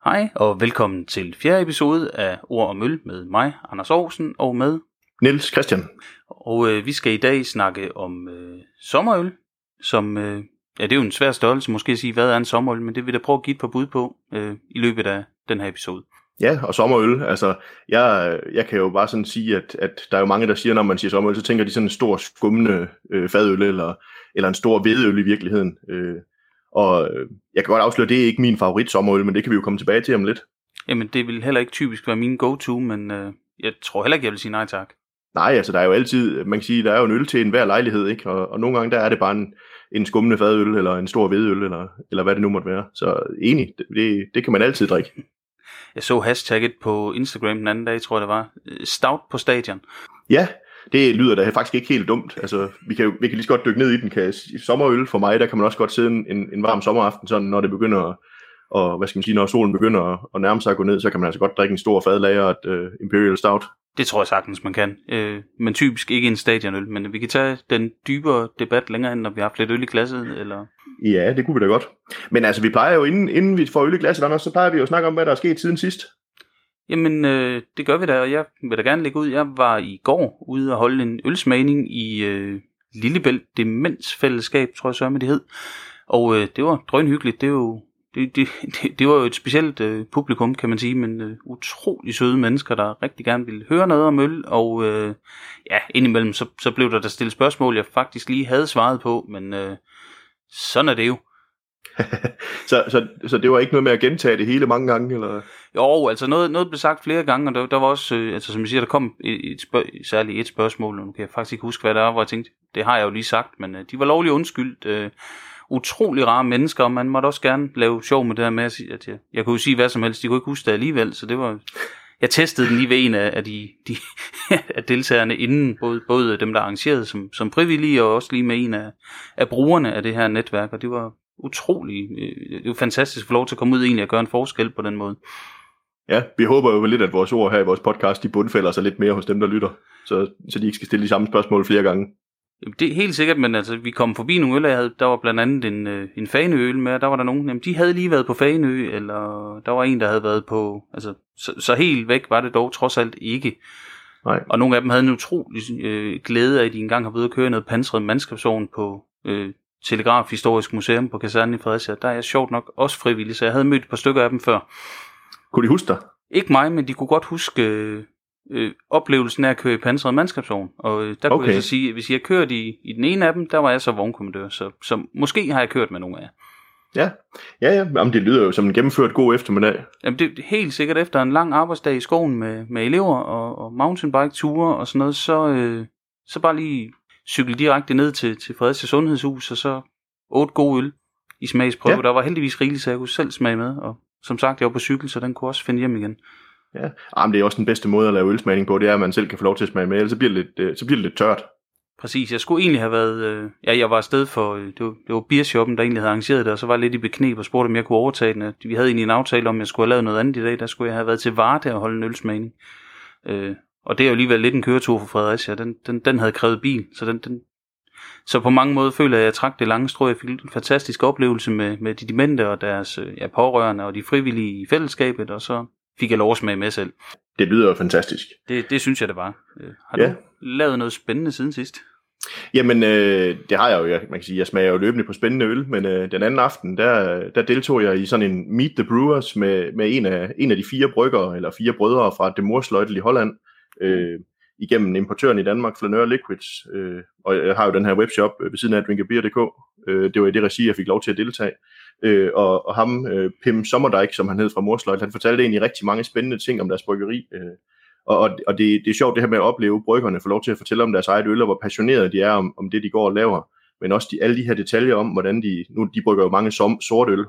Hej og velkommen til fjerde episode af Ord og Møl med mig, Anders Aarhusen, og med Niels Christian. Og vi skal i dag snakke om sommerøl, som det er jo en svær størrelse måske at sige, hvad er en sommerøl, men det vil jeg prøve at give et par bud på i løbet af den her episode. Ja, og sommerøl, altså jeg kan jo bare sådan sige, at der er jo mange, der siger, når man siger sommerøl, så tænker de sådan en stor skummende fadøl, eller en stor hvedøl i virkeligheden. Og jeg kan godt afsløre, at det er ikke min favorit sommerøl, men det kan vi jo komme tilbage til om lidt. Jamen det vil heller ikke typisk være min go-to, men jeg tror heller ikke, jeg vil sige nej tak. Nej, altså der er jo altid, man kan sige, der er jo en øl til enhver lejlighed, ikke? Og nogle gange der er det bare en skummende fadøl, eller en stor hvedøl, eller hvad det nu måtte være. Så enig, det kan man altid drikke. Jeg så hashtagget på Instagram den anden dag, tror jeg det var. Stout på stadion. Ja, det lyder da faktisk ikke helt dumt. Altså, vi kan lige så godt dykke ned i den. Sommerøl for mig, der kan man også godt sidde en varm sommeraften, sådan når det begynder og hvad skal man sige, når solen begynder at nærme sig at gå ned, så kan man altså godt drikke en stor fadlagret Imperial Stout. Det tror jeg sagtens, man kan. Men typisk ikke en stadionøl, men vi kan tage den dybere debat længere hen, når vi har haft lidt øl i glasset, eller... Ja, det kunne vi da godt. Men altså, vi plejer jo, inden vi får øl i glasset, Anders, så plejer vi jo at snakke om, hvad der er sket siden sidst. Jamen, det gør vi da, og jeg vil da gerne lægge ud. Jeg var i går ude og holde en ølsmagning i Lillebælt Demensfællesskab, tror jeg så det hed. Og det var drønhyggeligt. Det var jo et specielt publikum, kan man sige, men utrolig søde mennesker, der rigtig gerne ville høre noget om øl, og indimellem så blev der stillet spørgsmål, jeg faktisk lige havde svaret på, men sådan er det jo. så det var ikke noget med at gentage det hele mange gange, eller? Jo, altså noget blev sagt flere gange, og der var også, altså som jeg siger, der kom særligt et spørgsmål, og nu kan jeg faktisk ikke huske, hvad der var, hvor jeg tænkte, det har jeg jo lige sagt, men de var lovligt undskyldt. Utrolig rare mennesker, og man måtte også gerne lave sjov med det her med at sige, at jeg kunne jo sige hvad som helst, de kunne ikke huske det alligevel, så det var, jeg testede den lige ved en af de af deltagerne inden, både dem der arrangerede som frivillige, og også lige med en af brugerne af det her netværk, og det var utrolig, det var fantastisk at få lov til at komme ud egentlig og gøre en forskel på den måde. Ja, vi håber jo lidt, at vores ord her i vores podcast, de bundfælder sig lidt mere hos dem, der lytter, så de ikke skal stille de samme spørgsmål flere gange. Det er helt sikkert, men altså, vi kom forbi nogle øl, der var blandt andet en Faneøl med, og der var der nogen, jamen de havde lige været på Faneø, eller der var en, der havde været på, altså, så helt væk var det dog trods alt ikke. Nej. Og nogle af dem havde en utrolig glæde af, at de engang har været at køre noget pansret mandskabsvogn på Telegraf Historisk Museum på kasernen i Fredericia. Der er jeg sjovt nok også frivillig, så jeg havde mødt et par stykker af dem før. Kunne de huske dig? Ikke mig, men de kunne godt huske oplevelsen af at køre i pansret mandskabsvogn. Og der kunne jeg så sige, at hvis jeg kørte i den ene af dem, der var jeg så vognkommandør. Så måske har jeg kørt med nogle af jer. Ja. Jamen, det lyder jo som en gennemført god eftermiddag. Jamen, det er helt sikkert efter en lang arbejdsdag i skoven med elever og mountainbike-ture og sådan noget, så bare lige cykle direkte ned til Fredericia Sundhedshus, og så 8 gode øl i smagsprøve. Ja. Der var heldigvis rigeligt, så jeg kunne selv smage med. Og som sagt, jeg var på cykel, så den kunne også finde hjem igen. Ja, men det er også den bedste måde at lave ølsmagning på, det er, at man selv kan få lov til at smage med, ellers så bliver det lidt tørt. Præcis, jeg skulle egentlig have været, jeg var afsted for, det var beershoppen, der egentlig havde arrangeret det, og så var jeg lidt i bekneb og spurgte, om jeg kunne overtage den. Vi havde egentlig en aftale om, at jeg skulle have lavet noget andet i dag, der skulle jeg have været til Varde og holde en ølsmagning. Og det er jo alligevel lidt en køretur for Fredericia, den havde krævet bil, så på mange måder føler jeg, at jeg trak det lange strå. Jeg fik en fantastisk oplevelse med de demente og deres pårørende og de frivillige i fællesskabet, og så fik jeg lov at smage med selv. Det lyder jo fantastisk. Det synes jeg, det var. Har du lavet noget spændende siden sidst? Jamen, det har jeg jo. Man kan sige, jeg smager jo løbende på spændende øl, men den anden aften, der deltog jeg i sådan en Meet the Brewers med en af de 4 bryggere, eller 4 brødre fra De Moorsleutel i Holland, igennem importøren i Danmark, Flaneur Liquids, og jeg har jo den her webshop ved siden af drinkabeer.dk. Det var i det regi, jeg fik lov til at deltage. Og ham, Pim Sommerdijk, som han hed fra Moorsleutel, han fortalte egentlig rigtig mange spændende ting om deres bryggeri. Og det er sjovt det her med at opleve bryggerne, få lov til at fortælle om deres eget øl, og hvor passionerede de er om det, de går og laver. Men også alle de her detaljer om, hvordan de brygger jo mange sort øl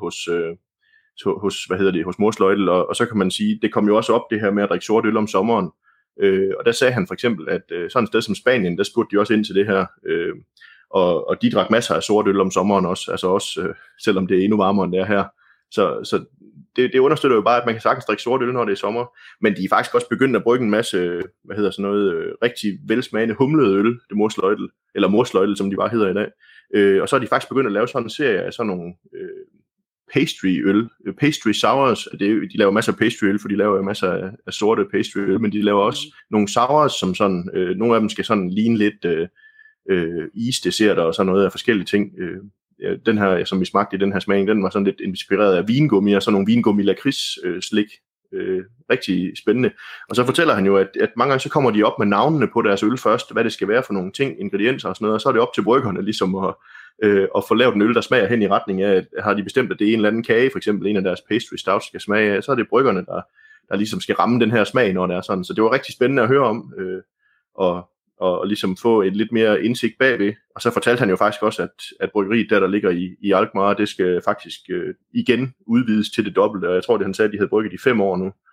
hos Moorsleutel, og så kan man sige, det kom jo også op det her med at drikke sort øl om sommeren. Og der sagde han for eksempel, at sådan et sted som Spanien, der spurgte de også ind til det her, og de drak masser af sort øl om sommeren også, altså også selvom det er endnu varmere end det er her. Så det understøtter jo bare, at man kan sagtens drikke sort øl, når det er sommer, men de er faktisk også begyndt at brygge en masse, rigtig velsmagende humlede øl, det Moorsleutel, eller Moorsleutel, som de bare hedder i dag. Og så er de faktisk begyndt at lave sådan en serie af sådan nogle pastry-øl. Pastry sours, de laver masser af pastry-øl, for de laver jo masser af sorte pastry-øl, men de laver også nogle sours, som sådan, nogle af dem skal sådan ligne lidt isdesserter og sådan noget af forskellige ting. Den her, som vi smagte i den her smagning, den var sådan lidt inspireret af vingummi og sådan nogle vingummi lakrids slik. Rigtig spændende. Og så fortæller han jo, at mange gange så kommer de op med navnene på deres øl først, hvad det skal være for nogle ting, ingredienser og sådan noget, og så er det op til bryggerne ligesom at få lavet en øl, der smager hen i retning af, at har de bestemt, at det er en eller anden kage, for eksempel en af deres pastry stouts skal smage af, så er det bryggerne, der ligesom skal ramme den her smag, når det er sådan. Så det var rigtig spændende at høre om, og ligesom få et lidt mere indsigt bagved. Og så fortalte han jo faktisk også, at bryggeriet der ligger i Alkmaar, det skal faktisk igen udvides til det dobbelte, og jeg tror, det han sagde, at de havde brygget i 5 år nu.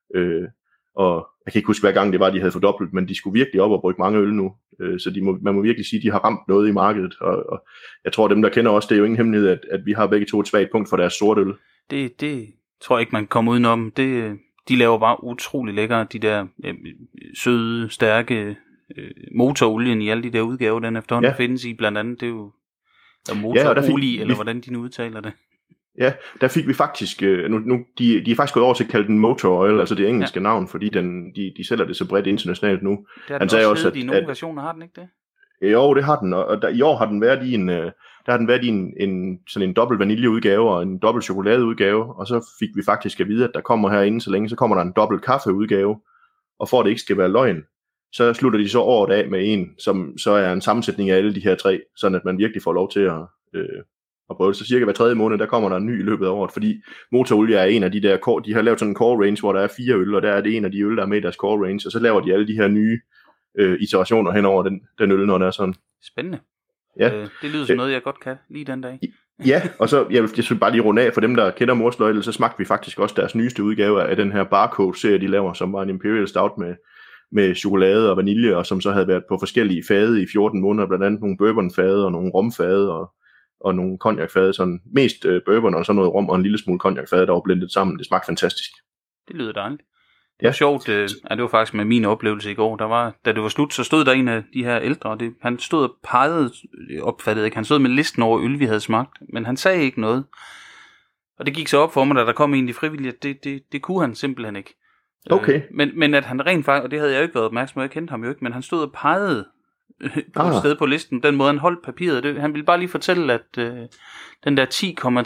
Og jeg kan ikke huske, hver gang det var, de havde fordoblet, men de skulle virkelig op og brygge mange øl nu. Så man må virkelig sige, at de har ramt noget i markedet. Og jeg tror, dem, der kender os, det er jo ingen hemmelighed, at vi har begge to et svagt punkt for deres sorte øl. Det tror jeg ikke, man kan komme udenom. De laver bare utrolig lækkere, de der søde, stærke motorolien i alle de der udgaver, den efterhånden findes i, blandt andet, det er jo motorolie, eller hvordan de nu udtaler det. Ja, der fik vi faktisk, de er faktisk gået over til at kalde den motor oil, altså det engelske navn, fordi de sælger det så bredt internationalt nu. Det har den han også heddet i nogle versioner, har den ikke det? Jo, det har den, og i år har den været i en sådan en dobbelt vaniljeudgave og en dobbelt chokoladeudgave, og så fik vi faktisk at vide, at der kommer herinde så længe, så kommer der en dobbelt kaffeudgave, og for at det ikke skal være løgn, så slutter de så året af med en, som så er en sammensætning af alle de her 3, sådan at man virkelig får lov til at prøve det. Så cirka hver 3. måned, der kommer der en ny i løbet af året, fordi motorolie er en af de der, de har lavet sådan en core range, hvor der er 4 øl, og der er det en af de øl, der er med i deres core range, og så laver de alle de her nye iterationer hen over den øl, når der er sådan. Spændende. Ja. Det lyder som noget, jeg godt kan lige den dag. Ja, og så jeg vil bare lige runde af for dem, der kender Morsløjtel, så smagte vi faktisk også deres nyeste udgave af den her Barcode-serie, de laver, som var en Imperial Stout med chokolade og vanilje, og som så havde været på forskellige fade i 14 måneder, blandt andet nogle bourbonfade og nogle romfade og nogle cognacfade, sådan mest bourbon og så noget rom og en lille smule cognacfade, der var blendet sammen. Det smagte fantastisk. Det lyder dejligt. Det var sjovt, det var faktisk med min oplevelse i går, da det var slut, så stod der en af de her ældre, og han stod og pegede, opfattede ikke, han stod med listen over øl, vi havde smagt, men han sagde ikke noget. Og det gik så op for mig, da der kom en af de frivillige, at det kunne han simpelthen ikke. Okay. Men at han rent faktisk, og det havde jeg jo ikke været opmærksom på, jeg kendte ham jo ikke, men han stod og pegede på et sted på listen, den måde han holdt papiret. Han ville bare lige fortælle, at den der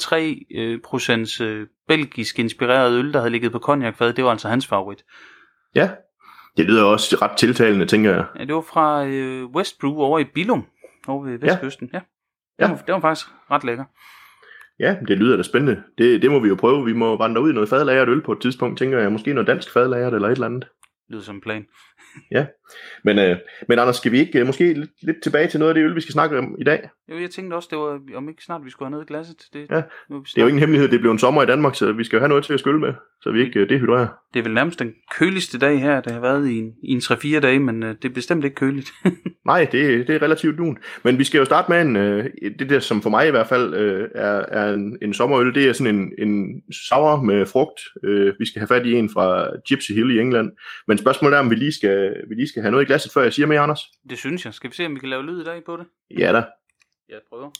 10,3% belgisk inspireret øl, der havde ligget på cognacfad, det var altså hans favorit. Ja, det lyder også ret tiltalende, tænker jeg. Ja, det var fra Westbrew over i Billum, over ved Vestkysten. Ja. Det var faktisk ret lækker. Ja, det lyder da spændende. Det må vi jo prøve. Vi må vandre ud i noget fadlagret øl på et tidspunkt, tænker jeg. Måske noget dansk fadlagret eller et eller andet. Det lyder som en plan. Ja, men Anders, skal vi ikke måske lidt tilbage til noget af det øl, vi skal snakke om i dag? Jo, jeg tænkte også, det var om ikke snart, vi skulle have noget i glasset. Det er jo ingen hemmelighed, det blev en sommer i Danmark, så vi skal jo have noget til at skylle med, så vi ikke dehydrerer. Det er vel nærmest den køligste dag her, det har været i en 3-4 dage, men det er bestemt ikke køligt. Nej, det er relativt lunt. Men vi skal jo starte med det der, som for mig i hvert fald er en sommerøl, det er sådan en sour med frugt. Vi skal have fat i en fra Gypsy Hill i England. Men spørgsmålet er, om vi lige skal have noget i glasset, før jeg siger mere, Anders. Det synes jeg. Skal vi se, om vi kan lave lyd i dag på det? Ja da. Jeg prøver.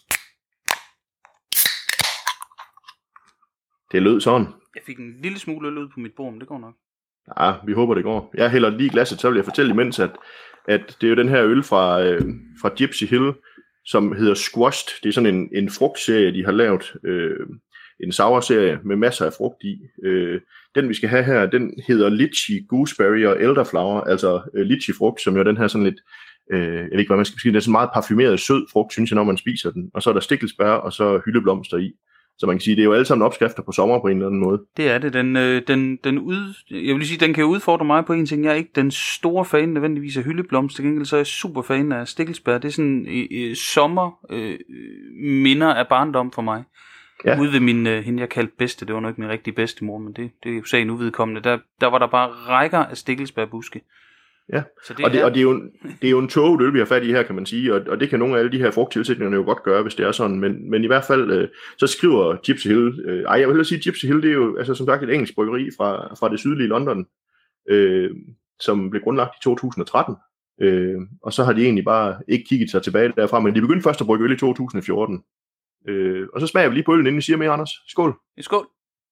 Det lød sådan. Jeg fik en lille smule øl ud på mit bord, men det går nok. Ja, vi håber det går. Jeg hælder lige glasset, så vil jeg fortælle imens, at det er jo den her øl fra Gypsy Hill, som hedder Squashed. Det er sådan en frugtserie, de har lavet. En sour-serie med masser af frugt i. Den vi skal have her, den hedder Litchi, Gooseberry og Elderflower, altså litchi-frugt, som jo den her sådan lidt, jeg ved ikke, hvad man skal beskrive, det er sådan meget parfumeret sød frugt, synes jeg, når man spiser den. Og så er der stikkelsbær, og så hyldeblomster i. Så man kan sige, det er jo alle sammen opskrifter på sommer på en eller anden måde. Det er det. Jeg vil sige, den kan udfordre mig på en ting. Jeg er ikke den store fan nødvendigvis af hyldeblomster. Til gengæld så er jeg super fan af stikkelsbær. Det er sådan sommer minder af barndom for mig. Ja. Ude ved hende jeg kaldte bedste, det var nok ikke min rigtige bedstemor, men det er jo sagen uvedkommende. Der var der bare rækker af stikkelsbærbuske. Ja, og det er jo en tåget øl, vi har fat i her, kan man sige, og det kan nogle af alle de her frugttilsætninger jo godt gøre, hvis det er sådan, men i hvert fald, så skriver Gypsy Hill, jeg vil hellere sige, Gypsy Hill, det er jo altså, som sagt et engelsk bryggeri fra det sydlige London, som blev grundlagt i 2013, og så har de egentlig bare ikke kigget sig tilbage derfra, men de begyndte først at brygge øl i 2014, Og så smager vi lige på øllen, inden vi siger mere, Anders. Skål. Skål.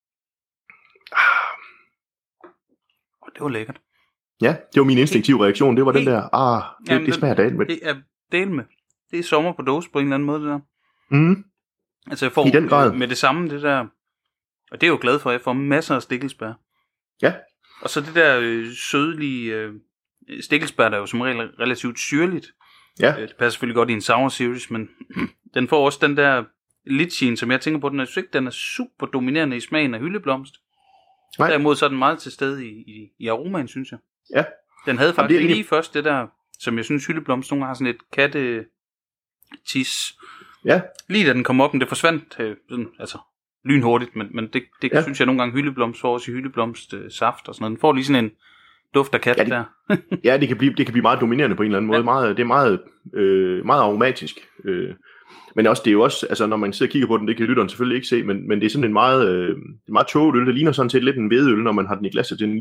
Det var lækkert. Ja, det var min instinktive reaktion. Det var den der, det smager dalen med. Det er dalen med. Det er sommer på dåse på en eller anden måde, det der. Mm. Altså jeg får i den grad. Med det samme, det der, og det er jeg jo glad for, jeg får masser af stikkelsbær. Ja. Og så det der sødlige stikkelsbær, der er jo som regel relativt syrligt. Ja. Det passer selvfølgelig godt i en sour series, men den får også den der litchien, som jeg tænker på, den er super dominerende i smagen af hyldeblomst. Nej. Derimod så er den meget til stede i aromaen, synes jeg. Ja. Den havde faktisk lige først det der, som jeg synes hyldeblomst nogle gange har sådan et kattetis. Ja. Lige da den kom op, men det forsvandt sådan, altså lynhurtigt, men det synes jeg nogle gange hyldeblomst får også i hyldeblomst saft og sådan noget. Den får lige sådan en duft af kat der. Ja, det kan blive meget dominerende på en eller anden måde. Ja. Det er meget aromatisk. Men også, det er jo også, altså når man sidder og kigger på den, det kan lytteren selvfølgelig ikke se, men det er sådan en meget tåget øl. Det ligner sådan set lidt en hvedeøl, når man har den i glasset. Det er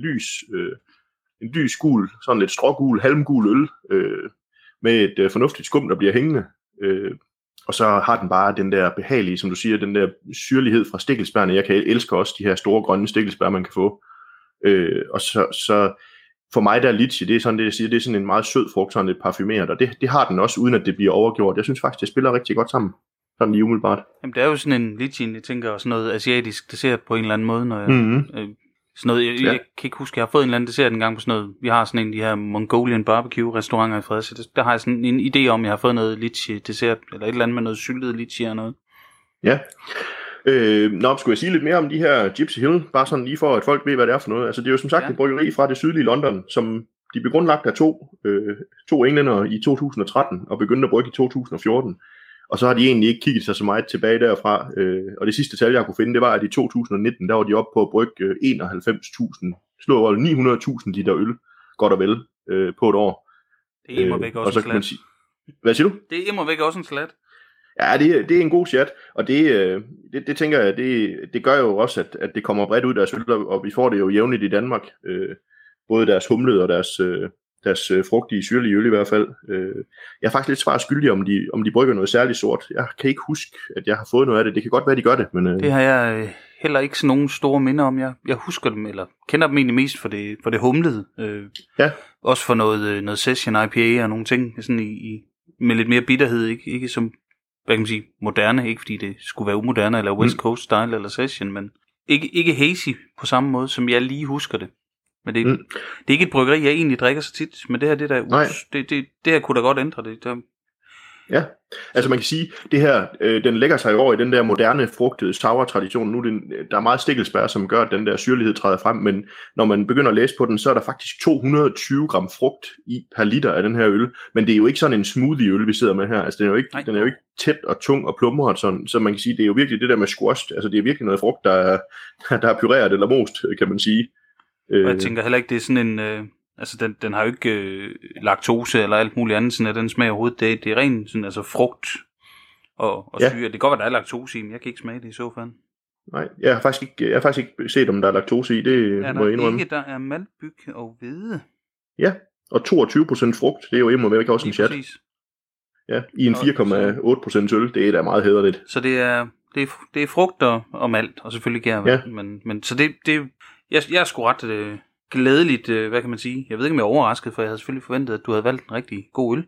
en lys gul, sådan lidt strågul, halmgul øl, med et fornuftigt skum, der bliver hængende. Og så har den bare den der behagelige, som du siger, den der syrlighed fra stikkelsbærne. Jeg kan elske også de her store grønne stikkelsbær, man kan få. Og så for mig der er litchi, det er sådan det jeg siger, det er sådan en meget sød frugt, sådan lidt parfumeret, og det har den også, uden at det bliver overgjort. Jeg synes faktisk, det spiller rigtig godt sammen, sådan lige umiddelbart. Jamen det er jo sådan en litchi, jeg tænker, sådan noget asiatisk dessert på en eller anden måde, når jeg, sådan noget, jeg kan ikke huske, jeg har fået en eller anden dessert en gang på sådan noget, vi har sådan en af de her Mongolian barbecue restauranter i Fredericia, der har jeg sådan en idé om, jeg har fået noget litchi dessert, eller et eller andet med noget syltet litchi eller noget. Ja. Skulle jeg sige lidt mere om de her Gypsy Hill, bare sådan lige for, at folk ved, hvad det er for noget. Altså det er jo som sagt et bryggeri fra det sydlige London, som de blev grundlagt af to englændere i 2013, og begyndte at brygge i 2014. Og så har de egentlig ikke kigget sig så meget tilbage derfra. Og det sidste tal, jeg kunne finde, det var, at i 2019, der var de oppe på at brygge 91.000, slå over 900.000 liter øl, godt og vel, på et år. Det er immervæk også en slat. Hvad siger du? Det er immervæk også en slat. Ja, det er en god chat, og det tænker jeg, det gør jo også, at det kommer bredt ud deres øl, og vi får det jo jævnligt i Danmark. Både deres humlede og deres frugtige, syrlige øl i hvert fald. Jeg er faktisk lidt svar skyldig, om de brygger noget særligt sort. Jeg kan ikke huske, at jeg har fået noget af det. Det kan godt være, de gør det. Men, det har jeg heller ikke sådan nogen store minder om. Jeg husker dem, eller kender dem egentlig mest for det humlede. Ja. Også for noget session IPA og nogle ting, sådan med lidt mere bitterhed, ikke som, hvad kan man sige, moderne, ikke fordi det skulle være umoderne, eller West Coast style, eller session, men ikke hazy på samme måde, som jeg lige husker det. Men det er ikke et bryggeri, jeg egentlig drikker så tit, men det her, det her kunne da godt ændre det. Ja, altså man kan sige, det her, den lægger sig over i den der moderne frugtede sour-tradition. Nu der er meget stikkelsbær, som gør, at den der syrlighed træder frem, men når man begynder at læse på den, så er der faktisk 220 gram frugt i per liter af den her øl. Men det er jo ikke sådan en smoothie øl, vi sidder med her. Altså den er jo ikke tæt og tung og plumret, sådan, så man kan sige, det er jo virkelig det der med squashed. Altså det er virkelig noget frugt, der er pyreret eller most, kan man sige. Og jeg tænker heller ikke, det er sådan en... Altså, den har jo ikke laktose eller alt muligt andet, sådan at den smager overhovedet. Det er ren sådan, altså frugt og syre. Det kan godt være, der er laktose i, men jeg kan ikke smage det i så fald. Nej, jeg har faktisk ikke set, om der er laktose i. Det må jeg indrømme. Der er maltbyg og hvede. Ja, og 22% frugt, det er jo imod også en chat. Ja, i en 4,8% øl, det er da meget hæderligt. Så det er frugt og malt, og selvfølgelig gær. Ja. Men så jeg er sgu ret... glædeligt, hvad kan man sige? Jeg ved ikke, om jeg er overrasket, for jeg havde selvfølgelig forventet, at du havde valgt en rigtig god øl.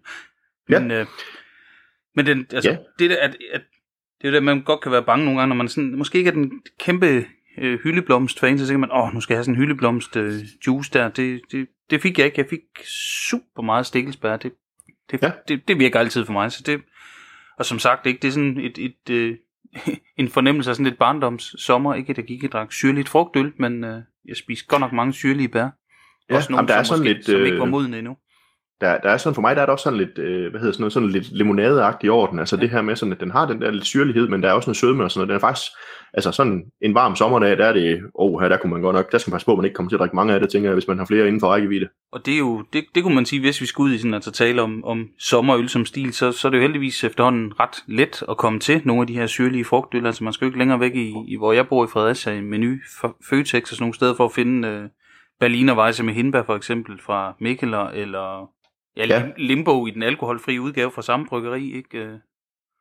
Men den, altså, det der, at det er der, man godt kan være bange nogle gange, når man sådan, måske ikke er den kæmpe hyldeblomst-fan, så tænker man, nu skal jeg have sådan en hyldeblomst-juice der. Det fik jeg ikke. Jeg fik super meget stikkelsbær. Det virker altid for mig. Så det, og som sagt, ikke, det er sådan en fornemmelse af sådan lidt barndomssommer. Ikke at jeg gik og drak syrligt frugtøl, men jeg spiste godt nok mange syrlige bær. Også nogle, der som ikke var modne endnu. Der er sådan, for mig der er der også sådan lidt, sådan lidt limonadeagtigt i orden. Altså det her med sådan, at den har den der lidt syrlighed, men der er også noget sødme og sådan noget. Den er faktisk, altså sådan en varm sommerdag, der er det, her der kunne man godt nok, der skal man passe på, at man ikke kommer til at drikke mange af det, tænker jeg, hvis man har flere inden for rækkevidde. Og det er jo, det kunne man sige, hvis vi skulle ud i sådan, altså tale om sommerøl som stil, så er det jo heldigvis efterhånden ret let at komme til nogle af de her syrlige frugtøl. Altså man skal jo ikke længere væk i hvor jeg bor i Fredericia, i Menu, Føtex og sådan nogle steder for at finde Berliner Weisse med hindbær for eksempel fra Mikkeler, eller Limbo i den alkoholfri udgave fra samme bryggeri, ikke?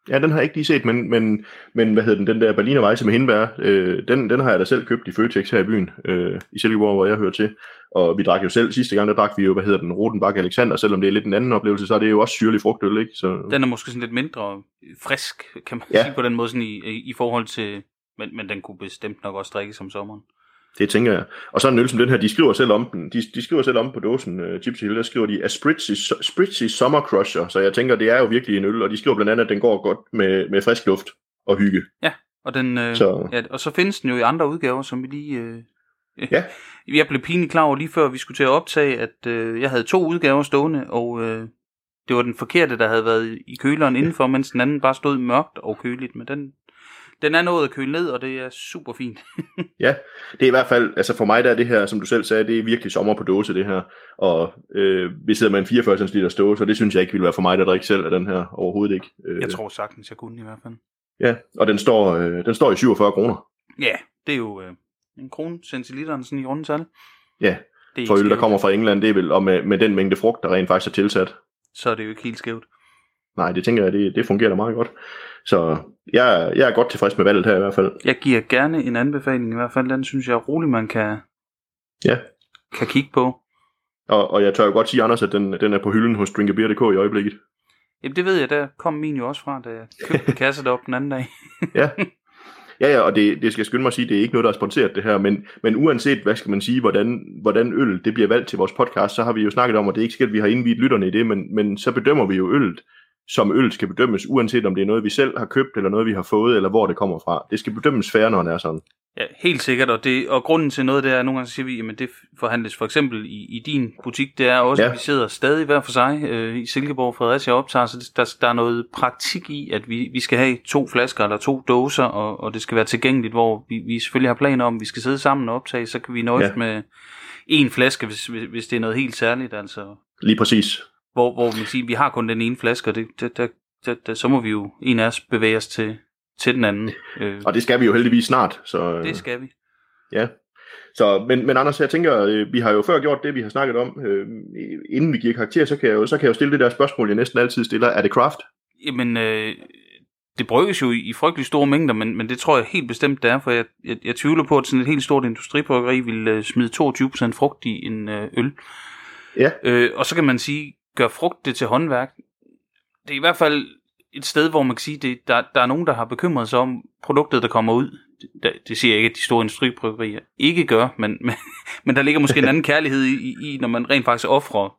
Ja, den har jeg ikke lige set, men hvad hedder den der Berliner Weisse med hindbær, den har jeg da selv købt i Føtex her i byen, i Silkeborg, hvor jeg hører til. Og vi drak jo selv, sidste gang der drak vi jo, Rodenbach Alexander, selvom det er lidt en anden oplevelse, så er det jo også syrlig frugtøl, ikke? Så... Den er måske sådan lidt mindre frisk, kan man sige på den måde, sådan i forhold til, men den kunne bestemt nok også drikkes om sommeren. Det tænker jeg. Og så en øl som den her, de skriver selv om den. De skriver selv om på dåsen, Gypsy Hill, der skriver de, A Spritzy Summer Crusher. Så jeg tænker, det er jo virkelig en øl, og de skriver blandt andet, at den går godt med frisk luft og hygge. Ja, og, og så findes den jo i andre udgaver, som vi lige... Ja. Jeg blev pinligt klar over lige før vi skulle til at optage, at jeg havde 2 udgaver stående, og det var den forkerte, der havde været i køleren indenfor, mens den anden bare stod mørkt og køligt, men den er nået at køle ned, og det er super fint. Ja, det er i hvert fald, altså for mig der er det her, som du selv sagde, det er virkelig sommer på dåse det her, og vi sidder med en 44 liter ståse, så det synes jeg ikke ville være for mig, der drikker selv af den her, overhovedet ikke. Jeg tror sagtens, jeg kunne i hvert fald. Ja, og den står i 47 kroner. Ja, det er jo en krone centiliteren sådan i rundetal. Ja, for øl, der kommer fra England, det er vel, og med den mængde frugt, der rent faktisk er tilsat. Så er det jo ikke helt skævt. Nej, det tænker jeg, det fungerer da meget godt. Så jeg er godt tilfreds med valget her i hvert fald. Jeg giver gerne en anbefaling i hvert fald. Den synes jeg er rolig, man kan kigge på. Og jeg tør jo godt sige, Anders, at den er på hylden hos drinkabeer.dk i øjeblikket. Jamen det ved jeg, der kom min jo også fra, da jeg købte kasse derop den anden dag. Ja, og det skal jeg skynde mig at sige, det er ikke noget, der er sponsoreret det her, men uanset, hvad skal man sige, hvordan øl det bliver valgt til vores podcast, så har vi jo snakket om, at det er ikke sikkert, at vi har indviet lytterne i det, men så bedømmer vi jo øllet, som øl skal bedømmes, uanset om det er noget, vi selv har købt, eller noget, vi har fået, eller hvor det kommer fra. Det skal bedømmes fair, når det er sådan. Ja, helt sikkert, og grunden til noget, det er, nogle gange siger vi, jamen det forhandles for eksempel i din butik, det er også, at vi sidder stadig hver for sig i Silkeborg, Fredericia optager, så der er noget praktik i, at vi skal have 2 flasker eller 2 dåser, og det skal være tilgængeligt, hvor vi selvfølgelig har planer om, at vi skal sidde sammen og optage, så kan vi nøjes med 1 flaske, hvis det er noget helt særligt, altså. Lige præcis. Hvor man siger, vi har kun den ene flaske, og så må vi jo en af os bevæge os til den anden. Og det skal vi jo heldigvis snart. Så, det skal vi. Ja. Så, men Anders, jeg tænker, vi har jo før gjort det, vi har snakket om. Inden vi giver karakter, så kan jeg jo stille det der spørgsmål, jeg næsten altid stiller. Er det craft? Jamen, det brygges jo i frygtelig store mængder, men det tror jeg helt bestemt, det er, for jeg tvivler på, at sådan et helt stort industribryggeri vil smide 22% frugt i en øl. Ja. Og så kan man sige, gør frugt det til håndværk. Det er i hvert fald et sted, hvor man kan sige, der er nogen, der har bekymret sig om produktet, der kommer ud. Det siger jeg ikke, at de store industribryggerier ikke gør, men der ligger måske en anden kærlighed i, når man rent faktisk offrer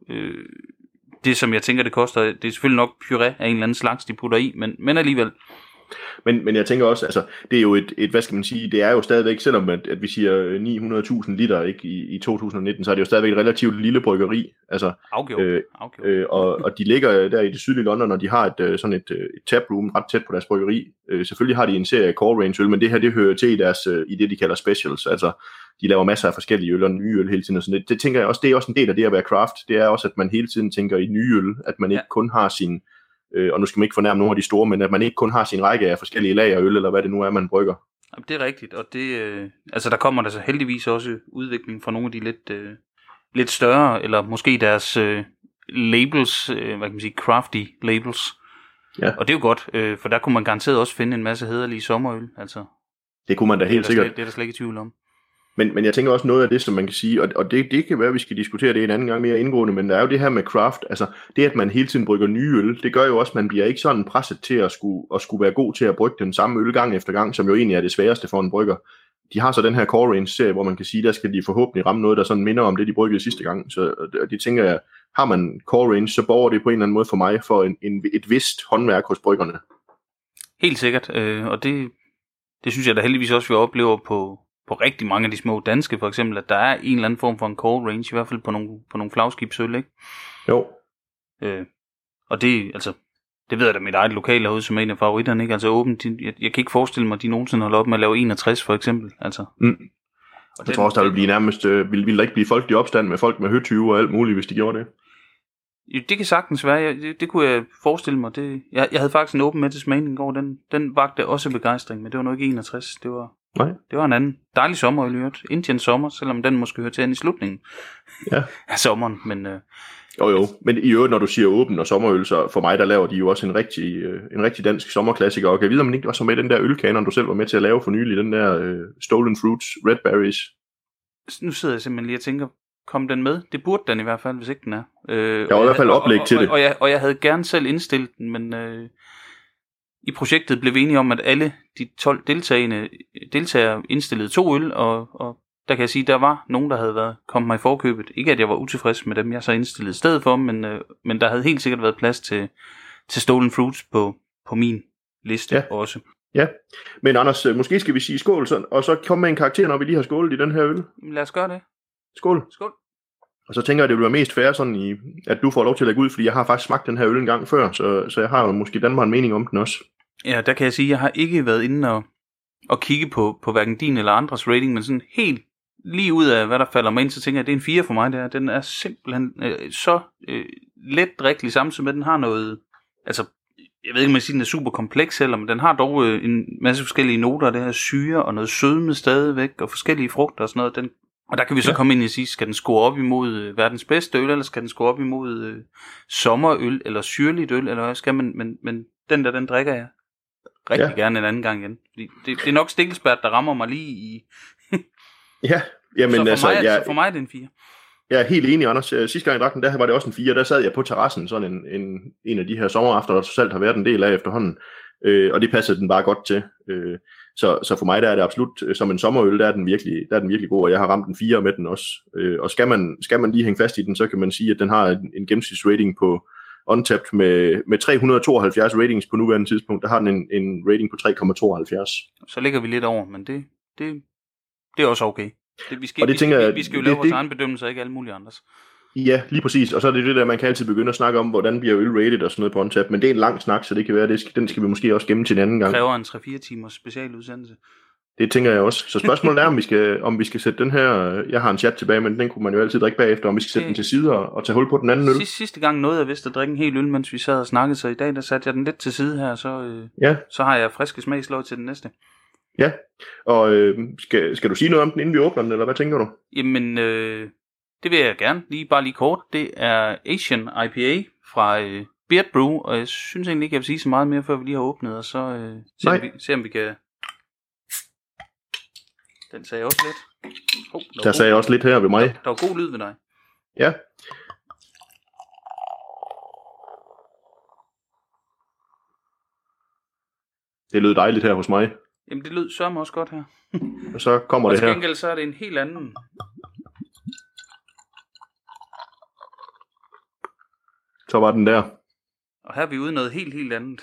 det, som jeg tænker, det koster. Det er selvfølgelig nok puré af en eller anden slags, de putter i, men alligevel. Men jeg tænker også, altså, det er jo et, hvad skal man sige, det er jo stadigvæk, selvom at vi siger 900.000 liter ikke, i 2019, så er det jo stadigvæk et relativt lille bryggeri. Altså, afgjort. Og de ligger der i det sydlige London, og de har sådan et taproom ret tæt på deres bryggeri. Selvfølgelig har de en serie af core range øl, men det her, det hører til i det, de kalder specials. Altså, de laver masser af forskellige øl og nye øl hele tiden. Og sådan det tænker jeg også, det er også en del af det at være craft. Det er også, at man hele tiden tænker i nye øl, at man ikke kun har sin... og nu skal man ikke fornærme nogle af de store, men at man ikke kun har sin række af forskellige lag af øl, eller hvad det nu er, man brygger. Jamen, det er rigtigt, og det, altså der kommer der så heldigvis også udvikling fra nogle af de lidt større, eller måske deres labels, hvad kan man sige, crafty labels. Ja. Og det er jo godt, for der kunne man garanteret også finde en masse hæderlige sommerøl. Altså, det kunne man da helt sikkert. Det er der slet ikke i tvivl om. Men jeg tænker også noget af det, som man kan sige, og det kan være, at vi skal diskutere det en anden gang mere indgående, men der er jo det her med craft, altså det, at man hele tiden brygger nye øl, det gør jo også, at man bliver ikke sådan presset til at skulle være god til at brygge den samme øl gang efter gang, som jo egentlig er det sværeste for en brygger. De har så den her core range serie, hvor man kan sige, der skal de forhåbentlig ramme noget, der sådan minder om det, de bryggede sidste gang. Så det tænker jeg, har man core range, så borger det på en eller anden måde for mig for et vist håndværk hos bryggerne. Helt sikkert, og det synes jeg da heldigvis også, vi oplever på rigtig mange af de små danske, for eksempel, at der er en eller anden form for en core range, i hvert fald på nogle flagskibsøl, ikke? Jo. Og det, altså, det ved jeg da mit eget lokale herude, som er en af favoritterne, ikke? Altså åbent, jeg kan ikke forestille mig, at de nogensinde holder op med at lave 61, for eksempel, altså. Og jeg tror også, der vil blive nærmest, vil der ikke blive folk i opstand med folk med høtyve og alt muligt, hvis de gjorde det? Det kan sagtens være, det kunne jeg forestille mig. Jeg havde faktisk en åben med til smagning i går, den vagte også begejstring, men det var nok ikke 61, det var en anden dejlig sommer i øvrigt. Indian sommer, selvom den måske hører til i slutningen af sommeren. Men, Jo, men i øvrigt, når du siger åben og sommerøl, så for mig, der laver de jo også en rigtig dansk sommerklassiker, og kan jeg vide, om det ikke var så med den der ølkanon, du selv var med til at lave for nylig, den der Stolen Fruits, Red Berries. Nu sidder jeg simpelthen lige og tænker, kom den med? Det burde den i hvert fald, hvis ikke den er. Der var i hvert fald oplæg til det. Og jeg havde gerne selv indstillet den, men i projektet blev vi enige om, at alle de 12 deltagere indstillede 2 øl, og der kan jeg sige, at der var nogen, der havde kommet mig i forkøbet. Ikke at jeg var utilfreds med dem, jeg så indstillede i stedet for, men der havde helt sikkert været plads til Stolen Fruits på min liste også. Ja, men Anders, måske skal vi sige skål, og så komme med en karakter, når vi lige har skålet i den her øl. Lad os gøre det. Skål. Skål. Og så tænker jeg, at det vil være mest fair, sådan at du får lov til at lægge ud, fordi jeg har faktisk smagt den her øl en gang før, så jeg har jo måske Danmark en mening om den også. Ja, der kan jeg sige, at jeg har ikke været inde og kigge på hverken din eller andres rating, men sådan helt lige ud af, hvad der falder mig ind, så tænker jeg, at det er en 4 for mig. Den er simpelthen så let drikkelig, samtidig med, at den har noget, altså, jeg ved ikke, om jeg siger, den er super kompleks heller, men den har dog en masse forskellige noter, det her syre og noget sødme stadigvæk, og forskellige frugter og sådan noget. Og der kan vi så komme ind og sige, skal den score op imod verdens bedste øl, eller skal den score op imod sommerøl, eller syrligt øl, eller hvad skal man, men den drikker jeg rigtig gerne en anden gang igen. Fordi det er nok Stikkelsbert, der rammer mig lige i... Ja, jamen så for mig er det en 4. Jeg er helt enig, Anders. Sidste gang jeg drak den, der var det også en 4. Der sad jeg på terrassen, sådan en af de her sommeraftener, der selv har været en del af efterhånden. Og det passede den bare godt til. Så for mig der er det absolut, som en sommerøl, der er den virkelig god, og jeg har ramt en 4 med den også. Og skal man lige hænge fast i den, så kan man sige, at den har en gennemsnitsrating på Untapped med 372 ratings på nuværende tidspunkt. Der har den en rating på 3,72. Så ligger vi lidt over, men det er også okay. Vi skal jo lave vores egen bedømmelser, ikke alle mulige andres. Ja, lige præcis. Og så er det der, man kan altid begynde at snakke om, hvordan bliver øl rated og sådan noget på Untapped. Men det er en lang snak, så det kan være, den skal vi måske også gemme til en anden gang. Det kræver en 3-4 timers specialudsendelse. Det tænker jeg også. Så spørgsmålet er, om vi skal sætte den her... Jeg har en chat tilbage, men den kunne man jo altid drikke bagefter, om vi skal sætte den til side og tage hul på den anden øl. Sidste gang nåede jeg vist at drikke en hel øl, mens vi sad og snakkede, så i dag der satte jeg den lidt til side her, så har jeg friske smagsløg til den næste. Ja, og skal du sige noget om den, inden vi åbner den, eller hvad tænker du? Jamen, det vil jeg gerne. Bare lige kort. Det er Asian IPA fra Beard Brew, og jeg synes egentlig ikke, jeg vil sige så meget mere, før vi lige har åbnet, og så se om vi kan... Den sagde også lidt. Der sagde jeg også lidt her ved mig. Der var god lyd ved dig. Ja. Det lød dejligt her hos mig. Jamen, det lød sørme også godt her. Og så kommer det her. Og til gengæld så er det en helt anden. Så var den der. Og her er vi ude noget helt andet.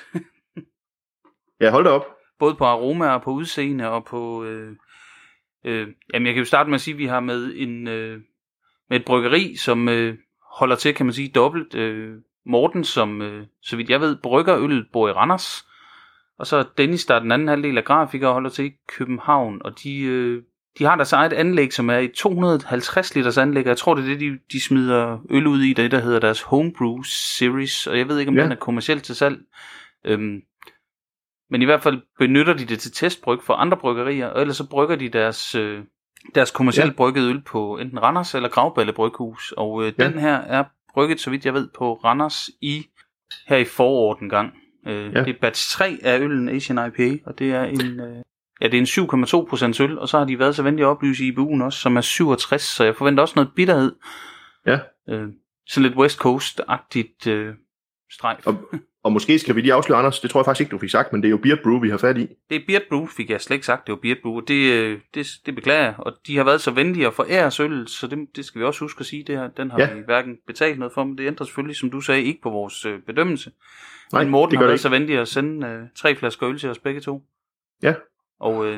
Ja, hold da op. Både på aroma og på udseende og på... jamen, jeg kan jo starte med at sige, at vi har med et bryggeri, som holder til, kan man sige, dobbelt. Morten, som, så vidt jeg ved, brygger øllet, bor i Randers. Og så Dennis, der er den anden halvdel af grafikere, holder til i København. Og de har deres eget anlæg, som er i 250 liters anlæg. Jeg tror, det er det, de smider øl ud i, der hedder deres Homebrew Series. Og jeg ved ikke, om den er kommercielt til salg. Men i hvert fald benytter de det til testbryg for andre bryggerier. Og ellers så brygger de deres kommercielt bryggede øl på enten Randers eller Gravballe Bryghus. Og den her er brygget, så vidt jeg ved, på Randers her i foråret en gang. Det er batch 3 af øllen Asian IPA, og det er det er en 7,2% øl, og så har de været så venlige at oplyse i IBU'en også, som er 67, så jeg forventer også noget bitterhed. Ja. Sådan lidt West Coast-agtigt strejf. Og måske skal vi lige afsløre, Anders, det tror jeg faktisk ikke, du fik sagt, men det er jo Beard Brew, vi har fat i. Det er Beard Brew, fik jeg slet ikke sagt, det var Beard Brew, og det beklager jeg, og de har været så venlige at forære os øl, så det skal vi også huske at sige, det her, den har vi hverken betalt noget for, men det ændrer selvfølgelig, som du sagde, ikke på vores bedømmelse. Nej, men Morten har været så venlig at sende 3 flasker øl til os begge to. Ja. Og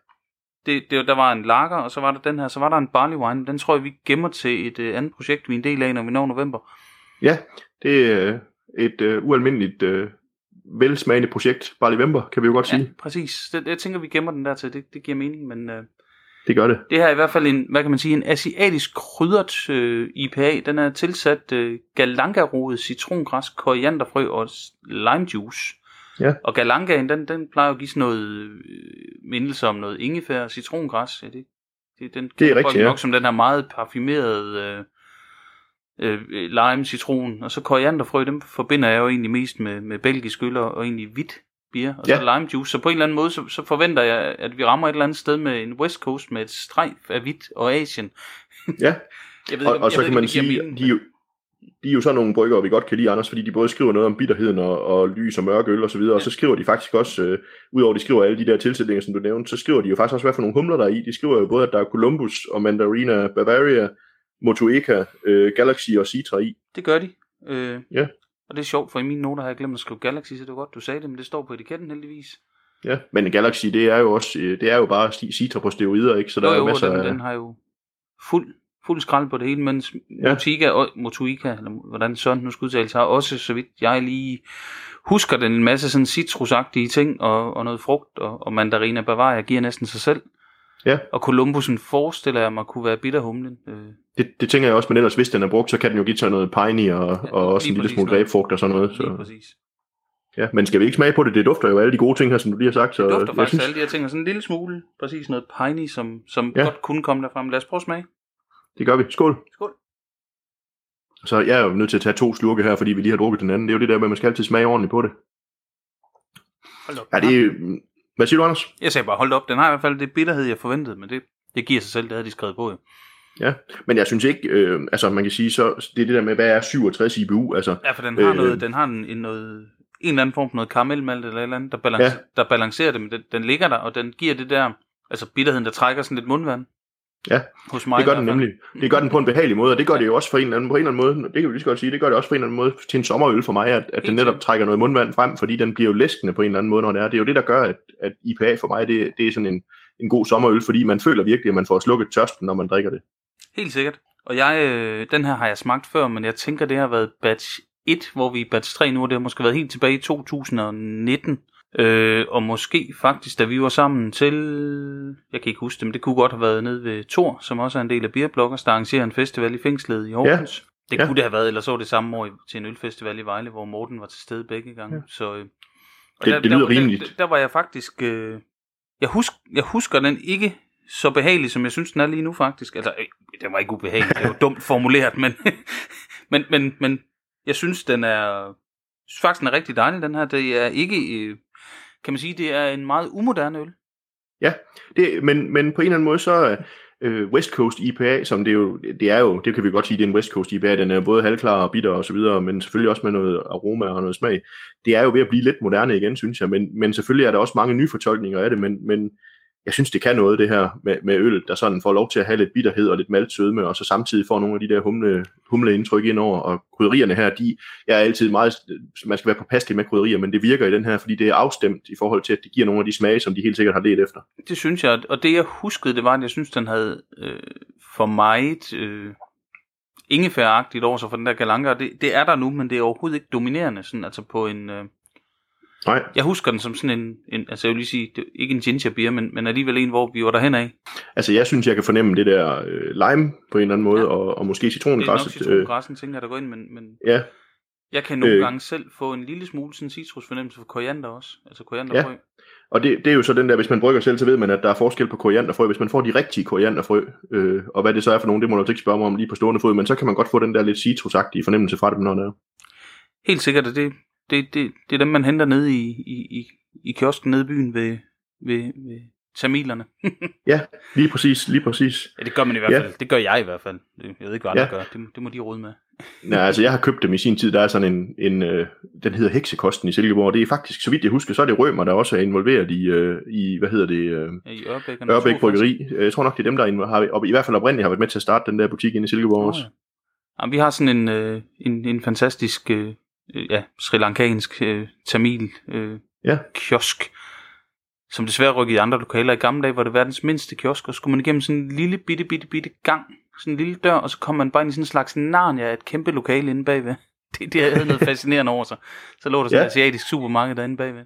der var en lager, og så var der den her, så var der en barley wine. Den tror jeg, vi gemmer til et andet projekt, vi er en del af, når vi når november. Ja, det er et ualmindeligt velsmagende projekt. Barley November, kan vi jo godt sige. Præcis. Jeg tænker, vi gemmer den der til. Det giver mening, men... det gør det. Det her er i hvert fald en asiatisk krydret IPA. Den er tilsat galangarodet, citrongræs, korianderfrø og limejuice. Ja. Og galangaen, den plejer at give sådan noget mindelse om noget ingefær og citrongræs. Den det er rigtigt, nok som den her meget parfumerede lime, citron, og så korianderfrø, dem forbinder jeg jo egentlig mest med belgisk øl og egentlig hvidt bier, og så lime juice. Så på en eller anden måde, så forventer jeg, at vi rammer et eller andet sted med en West Coast med et strejf af hvidt og Asien. Ja, og så kan man sige, de er jo sådan nogle bryggere, vi godt kan lide, Anders, fordi de både skriver noget om bitterheden og lys og mørke øl og så videre, og så skriver de faktisk også, udover de skriver alle de der tilsætninger, som du nævnte, så skriver de jo faktisk også, hvad for nogle humler der er i. De skriver jo både, at der er Columbus og Mandarina Bavaria, Motueka, Galaxy og Citra i. Det gør de. Ja. Og det er sjovt, for i mine noter har jeg glemt at skrive Galaxy, så det var godt, du sagde det, men det står på etiketten heldigvis. Ja, men Galaxy, det er jo bare Citra på steroider, ikke? Så der er jo masser af... den har jo fuld skrald på det hele, mens Motueka, eller hvordan sådan nu skal udtales, har også, så vidt jeg lige husker, den en masse sådan citrusagtige ting, og noget frugt, og Mandarina Bavaria giver næsten sig selv. Ja. Og Columbusen forestiller jeg mig kunne være bitterhumlen. Det tænker jeg også, men ellers hvis den er brugt, så kan den jo give sig noget piney og også en lille smule grebfrugt og sådan noget. Så. Præcis. Ja, men skal vi ikke smage på det? Det dufter jo alle de gode ting her, som du lige har sagt. Så det dufter faktisk alle de her ting, og sådan en lille smule, præcis noget piney, som godt kunne komme derfra. Lad os prøve at smage. Det gør vi. Skål. Skål. Så jeg er jo nødt til at tage 2 slurke her, fordi vi lige har drukket den anden. Det er jo det der med, at man skal altid smage ordentligt på det. Hold op. Ja, det Hvad siger du, Anders? Jeg sagde bare, hold op. Den har i hvert fald det bitterhed, jeg forventede, men det giver sig selv, det havde de skrevet på. Ja, men jeg synes ikke, altså man kan sige, så det er det der med, hvad er 67 IBU? Altså, ja, for den har noget, den har en eller anden form for noget karamelmalt eller et eller andet, der balancerer det, men den ligger der, og den giver det der, altså bitterheden, der trækker sådan lidt mundvand. Ja, hos mig, det gør den nemlig. Det gør den på en behagelig måde, og det gør det jo også på en eller anden måde, det kan vi lige så godt sige, det gør det også på en eller anden måde til en sommerøl for mig, at den netop trækker noget mundvand frem, fordi den bliver jo læskende på en eller anden måde, når det er. Det er jo det, der gør, at IPA for mig, det er sådan en god sommerøl, fordi man føler virkelig, at man får slukket tørsten, når man drikker det. Helt sikkert. Og den her har jeg smagt før, men jeg tænker, det har været batch 1, hvor vi er batch 3 nu, og det har måske været helt tilbage i 2019. Og måske faktisk, da vi var sammen til, jeg kan ikke huske det, men det kunne godt have været nede ved Thor, som også er en del af Beerbloggers, der arrangerer en festival i fængslet i Aarhus. Ja. Det kunne det have været, eller så det samme år til en ølfestival i Vejle, hvor Morten var til stede begge gange. Ja. Så, det lyder rimeligt. Der var jeg faktisk, jeg husker den ikke så behagelig, som jeg synes, den er lige nu faktisk. Altså, den var ikke ubehagelig, det er jo dumt formuleret, men jeg synes, den er rigtig dejlig, den her. Det er ikke, kan man sige, det er en meget umoderne øl. Ja, men på en eller anden måde, så West Coast IPA, som det kan vi godt sige, det er en West Coast IPA, den er både halvklar og bitter og så videre, men selvfølgelig også med noget aroma og noget smag. Det er jo ved at blive lidt moderne igen, synes jeg, men selvfølgelig er der også mange nye fortolkninger af det, men jeg synes, det kan noget, det her med øl, der sådan får lov til at have lidt bitterhed og lidt maltsødme, og så samtidig får nogle af de der humleindtryk ind over. Og krydderierne her, jeg er altid meget, man skal være påpasselig med krydderier, men det virker i den her, fordi det er afstemt i forhold til, at det giver nogle af de smage, som de helt sikkert har ledt efter. Det synes jeg, og det jeg huskede, det var, at jeg synes, den havde for meget ingefæragtigt over sig for den der Galanka. Det er der nu, men det er overhovedet ikke dominerende, sådan, altså på en... Nej. Jeg husker den som sådan en altså jeg vil lige sige, det er ikke en ginger beer, men alligevel en, hvor vi var derhen af. Altså jeg synes, jeg kan fornemme det der lime på en eller anden måde, ja. og måske citrongræsset. Det er nok citrongræssen, tænker jeg, der går ind, men ja. Jeg kan nogle gange selv få en lille smule sådan citrusfornemmelse for koriander også, altså korianderfrø. Ja. Og det er jo så den der, hvis man brygger selv, så ved man, at der er forskel på korianderfrø. Hvis man får de rigtige korianderfrø, og hvad det så er for nogen, det må du ikke spørge mig om lige på stående fod, men så kan man godt få den der lidt citrusagtige fornemmelse fra dem, når det er. Helt sikkert, det er dem, man henter nede i kiosken nede i byen ved tamilerne. Ja, lige præcis. Ja, det gør man i hvert fald. Ja. Det gør jeg i hvert fald. Jeg ved ikke, hvad andre gør. Det må de rode med. Nej, altså jeg har købt dem i sin tid. Der er sådan den hedder Heksekosten i Silkeborg. Det er faktisk, så vidt jeg husker, så er det rømer, der også er involveret i hvad hedder det? I Ørbæk Bryggeri. Jeg tror nok, det er dem, der har i hvert fald oprindeligt har været med til at starte den der butik inde i Silkeborg også. Ja, vi har sådan en fantastisk... Sri Lankansk tamil kiosk, som desværre rykkede i andre lokaler. I gamle dage var det verdens mindste kiosk, og så skulle man igennem sådan en lille bitte gang, sådan en lille dør, og så kom man bare ind i sådan en slags Narnia af et kæmpe lokale inde bagved. Det havde noget fascinerende over sig. Så lå der sådan et asiatisk supermarked derinde bagved.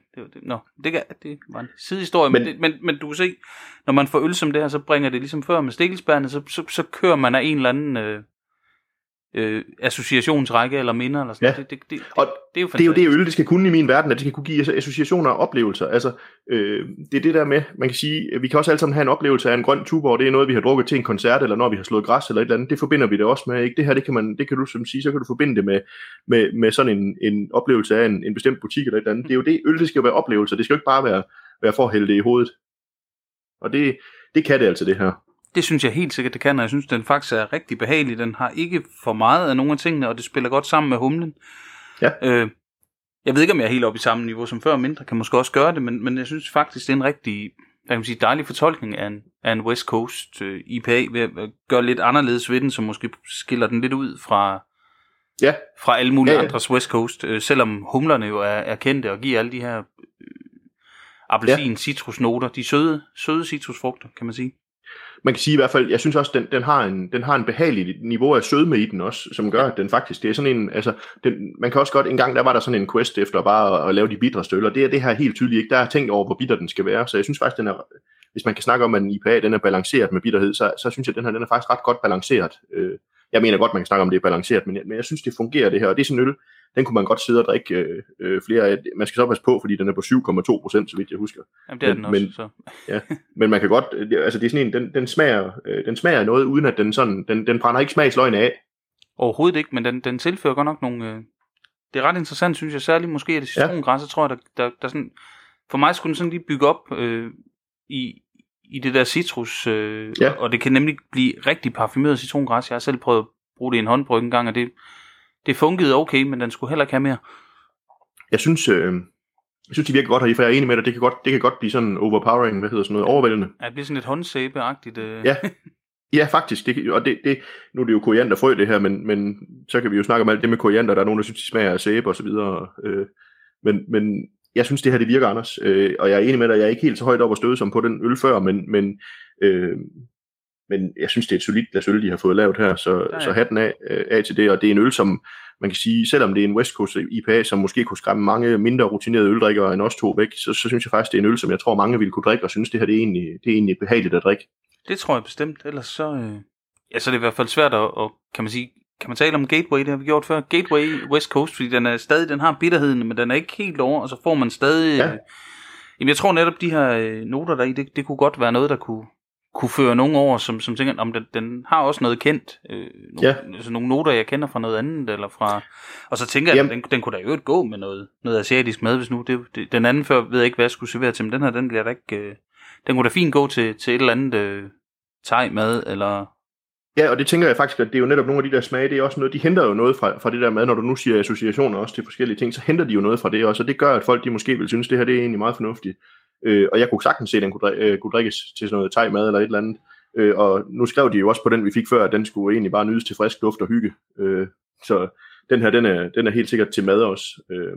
Det var en sidehistorie, men du kan se, når man får øl som det her, så bringer det ligesom før med stikkelsbærne, så kører man af en eller anden associationsrække eller minder eller sådan. Det er jo fantastisk. Det er jo det øl, det skal kunne i min verden, at det skal kunne give associationer og oplevelser. Altså, det er det der med, man kan sige, vi kan også alle sammen have en oplevelse af en grøn Tuborg. Det er noget, vi har drukket til en koncert, eller når vi har slået græs eller et eller andet. Det forbinder vi det også med. Ikke? Det her, det kan du som sige, så kan du forbinde det med sådan en oplevelse af en bestemt butik eller et eller andet. Det er jo det, øl, det skal jo være oplevelser. Det skal jo ikke bare være for at hælde det i hovedet. Og det kan det altså, det her. Det synes jeg helt sikkert, det kan, og jeg synes, den faktisk er rigtig behagelig. Den har ikke for meget af nogle af tingene, og det spiller godt sammen med humlen. Ja. Jeg ved ikke, om jeg er helt oppe i samme niveau som før, mindre kan måske også gøre det, men jeg synes faktisk, det er en rigtig dejlig fortolkning af en West Coast IPA, ved at gøre lidt anderledes ved den, som måske skiller den lidt ud fra alle mulige andres West Coast, selvom humlerne jo er kendte og giver alle de her appelsin-citrusnoter, de søde citrusfrugter, kan man sige. Man kan sige i hvert fald, jeg synes også, den har en behagelig niveau af sødme i den også, som gør, at den faktisk, det er sådan en, altså, man kan også godt, en gang der var der sådan en quest efter bare at lave de bitre støller, det er det her helt tydeligt ikke, der er tænkt over, hvor bitter den skal være, så jeg synes faktisk, den er, hvis man kan snakke om, at en IPA, den er balanceret med bitterhed, så synes jeg, at den er faktisk ret godt balanceret. Jeg mener godt, man kan snakke om, det er balanceret, men jeg synes, det fungerer det her, og det er sådan en øl, den kunne man godt sidde og drikke flere af. Man skal så passe på, fordi den er på 7,2%, så vidt jeg husker. Jamen, det er den også, så. Ja, men man kan godt, altså det er sådan en, den smager noget, uden at den sådan, den brænder ikke smagsløgene af. Overhovedet ikke, men den tilfører godt nok nogle, det er ret interessant, synes jeg, særligt måske er det citrongræs, tror jeg, der sådan, for mig skulle den sådan lige bygge op i det der citrus, og det kan nemlig blive rigtig parfumeret citron-græs. Jeg har selv prøvet at bruge det i en håndbryg en gang, og det fungerede okay, men den skulle heller ikke have mere. Jeg synes, det virker godt her, for jeg er enig med dig, det kan godt blive sådan overpowering, overvældende. Ja, det bliver sådan lidt håndsæbe-agtigt. Ja, faktisk. Nu er det jo korianderfrø det her, men så kan vi jo snakke om alt det med koriander, der er nogen, der synes, de smager af sæbe og så videre. Men jeg synes, det her det virker, Anders, og jeg er enig med dig, jeg er ikke helt så højt op at støde som på den øl før, men jeg synes, det er et solidt glas øl, de har fået lavet her, så hatten af til det, og det er en øl, som man kan sige, selvom det er en West Coast IPA, som måske kunne skræmme mange mindre rutinerede øldrikkere end os to væk, så synes jeg faktisk, det er en øl, som jeg tror, mange ville kunne drikke, og synes, det her det er egentlig behageligt at drikke. Det tror jeg bestemt, ellers så er det i hvert fald svært at kan man tale om Gateway, det har vi gjort før, Gateway West Coast, fordi den har bitterheden, men den er ikke helt over, og så får man stadig, jamen jeg tror netop, de her noter der i, det kunne godt være noget, der kunne føre nogen over, som tænker, om den har også noget kendt, altså nogle noter, jeg kender fra noget andet, eller fra, og så tænker jeg, at den kunne da jo ikke gå med noget asiatisk mad, hvis nu, den anden før, ved jeg ikke, hvad jeg skulle servere til, men den her, den bliver da ikke, den kunne da fint gå til et eller andet thai-mad, eller. Ja, og det tænker jeg faktisk, at det er jo netop nogle af de der smage, det er også noget, de henter jo noget fra det der mad, når du nu siger associationer også til forskellige ting, så henter de jo noget fra det også, og det gør, at folk de måske vil synes, det her det er egentlig meget fornuftigt. Og jeg kunne sagtens se, at den kunne drikkes til sådan noget thai-mad eller et eller andet. Og nu skrev de jo også på den, vi fik før, at den skulle egentlig bare nydes til frisk luft og hygge. Så den her, den er helt sikkert til mad også.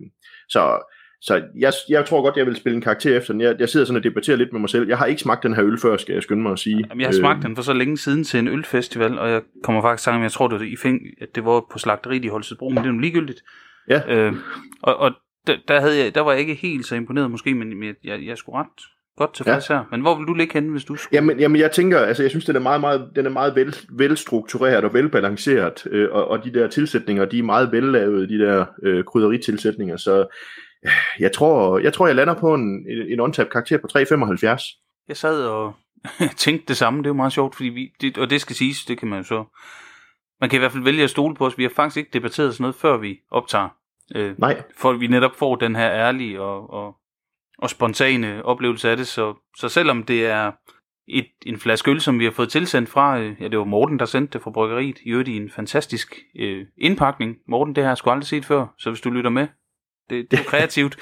Så jeg tror godt, jeg vil spille en karakter efter den. Jeg sidder sådan og debatterer lidt med mig selv. Jeg har ikke smagt den her øl før, skal jeg skynde mig at sige. Jamen, jeg har smagt den for så længe siden til en ølfestival, og jeg kommer faktisk sammen, jeg tror, at det var på slagteriet i Holstebro, men det er nu ligegyldigt. Ja. Og der var jeg ikke helt så imponeret måske, men jeg skulle ret godt tilfreds her. Men hvor vil du ligge henne, hvis du skulle? Jamen jeg tænker, altså jeg synes, den er meget velstruktureret og velbalanceret, og de der tilsætninger, de er meget vellavede, de der krydderitilsætninger, så jeg tror, jeg lander på en on-tap karakter på 3,75. Jeg sad og tænkte det samme, det er jo meget sjovt, fordi og det skal siges, det kan man jo så, man kan i hvert fald vælge at stole på os, vi har faktisk ikke debatteret sådan noget, før vi optager. Nej. For vi netop får den her ærlige og spontane oplevelse af det, så selvom det er en flaske øl, som vi har fået tilsendt fra, det var Morten, der sendte det fra bryggeriet, i øvrigt i en fantastisk indpakning. Morten, det har jeg sgu aldrig set før, så hvis du lytter med, det er kreativt.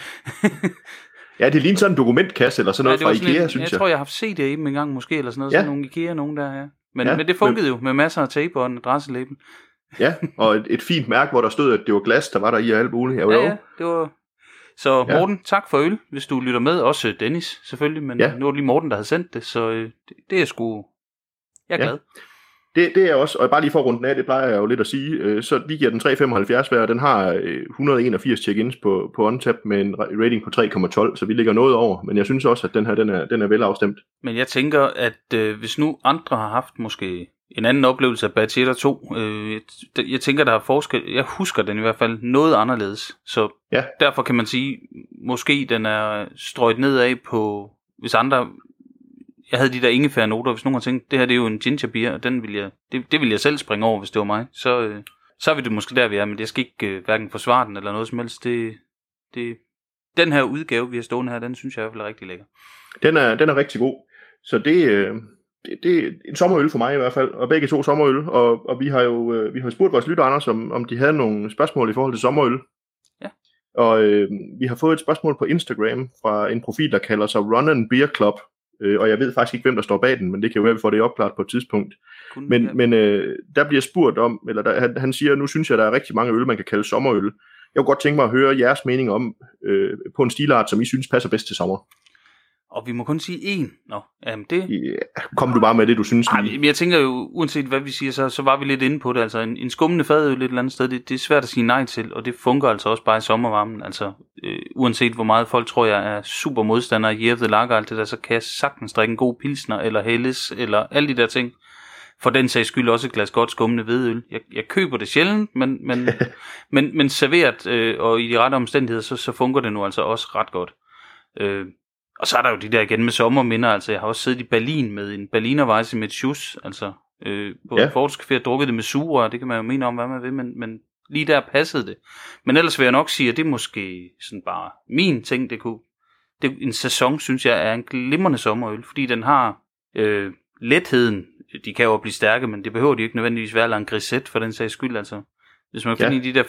Ja, det ligner sådan en dokumentkasse eller sådan noget fra IKEA, synes jeg. Jeg tror, jeg har set det i dem en gang måske, eller sådan noget, sådan nogle IKEA, nogen der, ja. Men det funkede jo med masser af tape og en adresselabel. Ja, og et fint mærke, hvor der stod, at det var glas, der var der i alt muligt. Ja, det var. Så Morten, tak for øl, hvis du lytter med. Også Dennis, selvfølgelig, men nu er det lige Morten, der havde sendt det, så det er sgu. Jeg er glad. Det er også, og bare lige for at runde den af, det plejer jeg jo lidt at sige, så vi giver den 3,75 hver, og den har 181 check-ins på OnTap med en rating på 3,12, så vi ligger noget over, men jeg synes også, at den her, den er velafstemt. Men jeg tænker, at hvis nu andre har haft måske En anden oplevelse af Batch 1 og 2, jeg tænker, der er forskel. Jeg husker den i hvert fald noget anderledes. Så derfor kan man sige, måske den er strøget nedad på, hvis andre... Jeg havde de der ingefærnoter, hvis nogen har tænkt, det her det er jo en ginger beer, og den det vil jeg selv springe over, hvis det var mig. Så er vi det måske der, vi er, men jeg skal ikke hverken forsvare den eller noget som helst. Den her udgave, vi har stående her, den synes jeg i hvert fald er rigtig lækker. Den er rigtig god. Så det er en sommerøl for mig i hvert fald, og begge to sommerøl. Og vi har jo spurgt vores lytter, Anders, om de havde nogle spørgsmål i forhold til sommerøl. Ja. Og vi har fået et spørgsmål på Instagram fra en profil, der kalder sig Run and Beer Club. Og jeg ved faktisk ikke, hvem der står bag den, men det kan jo være, at vi får det opklaret på et tidspunkt. Men der bliver spurgt om, eller han siger, nu synes jeg, der er rigtig mange øl, man kan kalde sommerøl. Jeg kunne godt tænke mig at høre jeres mening om, på en stilart, som I synes passer bedst til sommer. Og vi må kun sige én. Nå, jamen det... Ja, kom du bare med det, du synes. Men jeg tænker jo, uanset hvad vi siger, så var vi lidt inde på det. Altså en skummende fadøl et eller andet sted, det er svært at sige nej til, og det fungerer altså også bare i sommervarmen. Altså uanset hvor meget folk tror, jeg er super modstander af Year of the Lager og alt det der, så kan jeg sagtens drikke en god pilsner, eller Helles, eller alle de der ting. For den sags skyld også et glas godt skummende hvedøl. Jeg køber det sjældent, men serveret og i de rette omstændigheder, så fungerer det nu altså også ret godt. Og så er der jo de der igen med sommerminder, altså jeg har også siddet i Berlin med en Berlinerweisse med et Schuss, altså på en fortscafé og drukket det med sugerør, det kan man jo mene om, hvad man vil, men lige der passede det. Men ellers vil jeg nok sige, at det er måske sådan bare min ting, en sæson, synes jeg, er en glimrende sommerøl, fordi den har letheden, de kan jo blive stærke, men det behøver de ikke nødvendigvis være, eller en grisette for den sags skyld, altså. Hvis man finder i de